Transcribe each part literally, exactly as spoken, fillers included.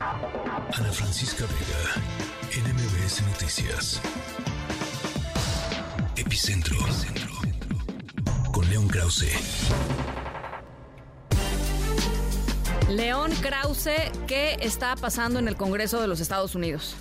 Ana Francisca Vega, N M B S Noticias. Epicentro. Con León Krause. León Krause, ¿qué está pasando en el Congreso de los Estados Unidos?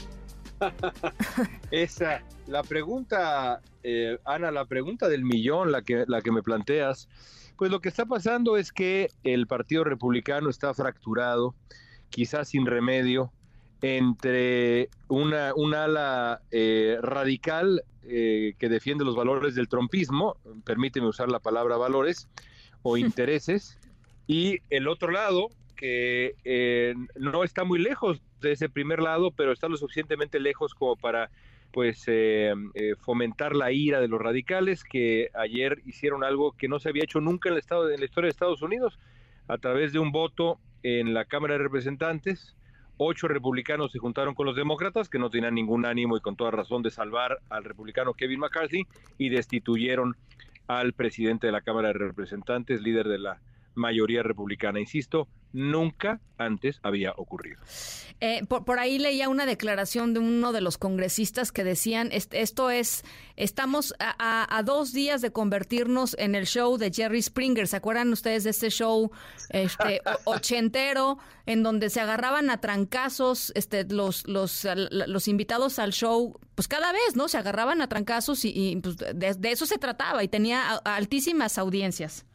Esa, la pregunta, eh, Ana, la pregunta del millón, la que, la que me planteas, pues lo que está pasando es que el Partido Republicano está fracturado, quizás sin remedio, entre una, una ala eh, radical eh, que defiende los valores del trumpismo, permíteme usar la palabra valores, o intereses, y el otro lado, que eh, no está muy lejos de ese primer lado, pero está lo suficientemente lejos como para pues eh, eh, fomentar la ira de los radicales, que ayer hicieron algo que no se había hecho nunca en el estado, en la historia de Estados Unidos, a través de un voto en la Cámara de Representantes. Ocho republicanos se juntaron con los demócratas, que no tenían ningún ánimo y con toda razón de salvar al republicano Kevin McCarthy, y destituyeron al presidente de la Cámara de Representantes, líder de la mayoría republicana. Insisto, nunca antes había ocurrido. Eh, por, por ahí leía una declaración de uno de los congresistas que decían, esto es, estamos a, a, a dos días de convertirnos en el show de Jerry Springer. ¿Se acuerdan ustedes de este show este, ochentero, en donde se agarraban a trancazos este, los, los, los invitados al show? Pues cada vez, ¿no? Se agarraban a trancazos y, y pues, de, de eso se trataba, y tenía altísimas audiencias.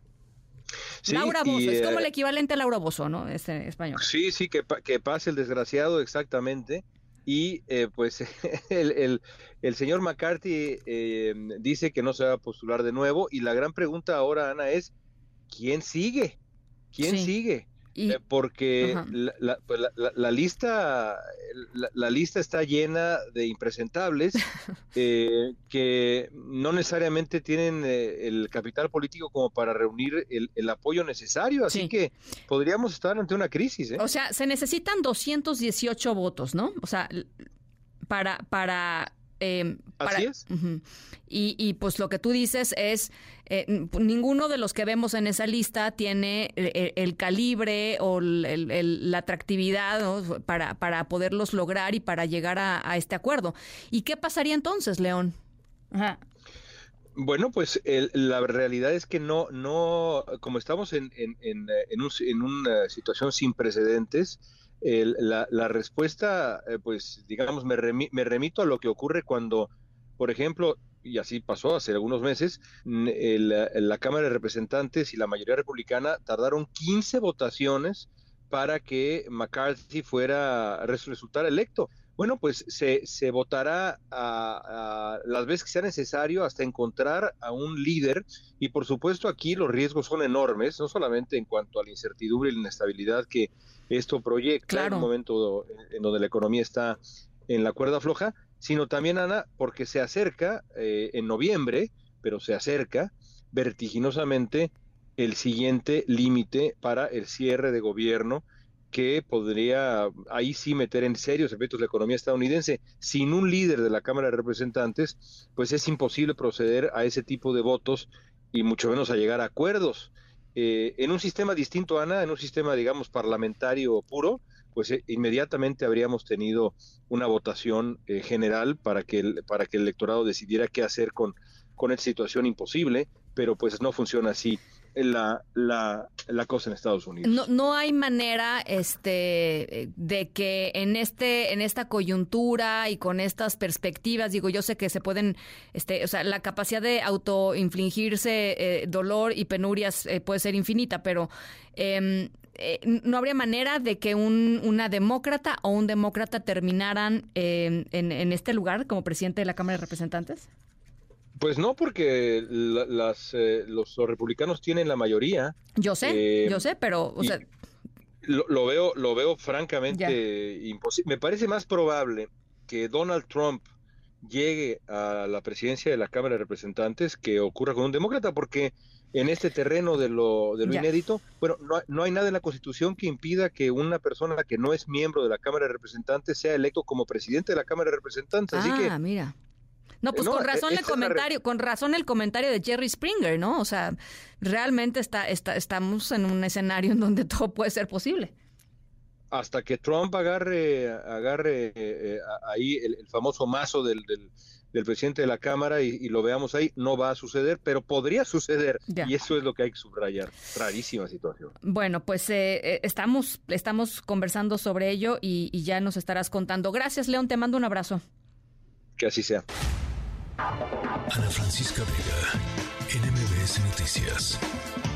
Sí, Laura Bozzo, y, es como el equivalente a Laura Bozzo, ¿no? Este español. Sí, sí, que, que pase el desgraciado, exactamente. Y eh, pues el, el, el señor McCarthy eh, dice que no se va a postular de nuevo. Y la gran pregunta ahora, Ana, es ¿quién sigue? ¿Quién sí. sigue? Y, eh, porque la, la, pues la, la, la lista la, la lista está llena de impresentables eh, que no necesariamente tienen eh, el capital político como para reunir el, el apoyo necesario, así sí. que podríamos estar ante una crisis. ¿eh? O sea, se necesitan doscientos dieciocho votos, ¿no? O sea, para... para Eh, para, Así es. Uh-huh. y, y pues lo que tú dices es, eh, ninguno de los que vemos en esa lista tiene el, el calibre o el, el, la atractividad, ¿no? para, para poderlos lograr y para llegar a, a este acuerdo. ¿Y qué pasaría entonces, León? Ajá. Bueno, pues el, la realidad es que no, no, como estamos en, en, en, en, un, en una situación sin precedentes, El, la, la respuesta, eh, pues digamos, me, remi, me remito a lo que ocurre cuando, por ejemplo, y así pasó hace algunos meses, el, la Cámara de Representantes y la mayoría republicana tardaron quince votaciones para que McCarthy fuera, resultara electo. Bueno, pues se, se votará a, a las veces que sea necesario hasta encontrar a un líder, y por supuesto aquí los riesgos son enormes, no solamente en cuanto a la incertidumbre y la inestabilidad que esto proyecta claro. en un momento en donde la economía está en la cuerda floja, sino también, Ana, porque se acerca eh, en noviembre, pero se acerca vertiginosamente el siguiente límite para el cierre de gobierno, que podría ahí sí meter en serios efectos la economía estadounidense. Sin un líder de la Cámara de Representantes, pues es imposible proceder a ese tipo de votos y mucho menos a llegar a acuerdos. Eh, en un sistema distinto, Ana, en un sistema, digamos, parlamentario puro, pues eh, inmediatamente habríamos tenido una votación eh, general para que, el, para que el electorado decidiera qué hacer con, con esta situación imposible, pero pues no funciona así la, la, la cosa en Estados Unidos. No, no hay manera este de que en este en esta coyuntura y con estas perspectivas, digo, yo sé que se pueden, este, o sea, la capacidad de autoinfligirse eh, dolor y penurias eh, puede ser infinita, pero eh, eh, no habría manera de que un, una demócrata o un demócrata terminaran eh, en, en este lugar como presidente de la Cámara de Representantes. Pues no, porque la, las, eh, los, los republicanos tienen la mayoría. Yo sé, eh, yo sé, pero o sea, lo, lo veo, lo veo francamente imposible. Me parece más probable que Donald Trump llegue a la presidencia de la Cámara de Representantes que ocurra con un demócrata, porque en este terreno de lo, de lo inédito, bueno, no, no hay nada en la Constitución que impida que una persona que no es miembro de la Cámara de Representantes sea electo como presidente de la Cámara de Representantes. Ah, así que, mira. No, pues no, con razón el comentario, re... con razón el comentario de Jerry Springer, ¿no? O sea, realmente está, está, estamos en un escenario en donde todo puede ser posible. hasta que Trump agarre, agarre eh, ahí el, el famoso mazo del, del, del presidente de la Cámara y, y lo veamos ahí, no va a suceder, pero podría suceder, ya. Y eso es lo que hay que subrayar. Rarísima situación. Bueno, pues eh, estamos, estamos conversando sobre ello y, y ya nos estarás contando. Gracias, León, te mando un abrazo. Que así sea. Ana Francisca Vega, N M B S Noticias.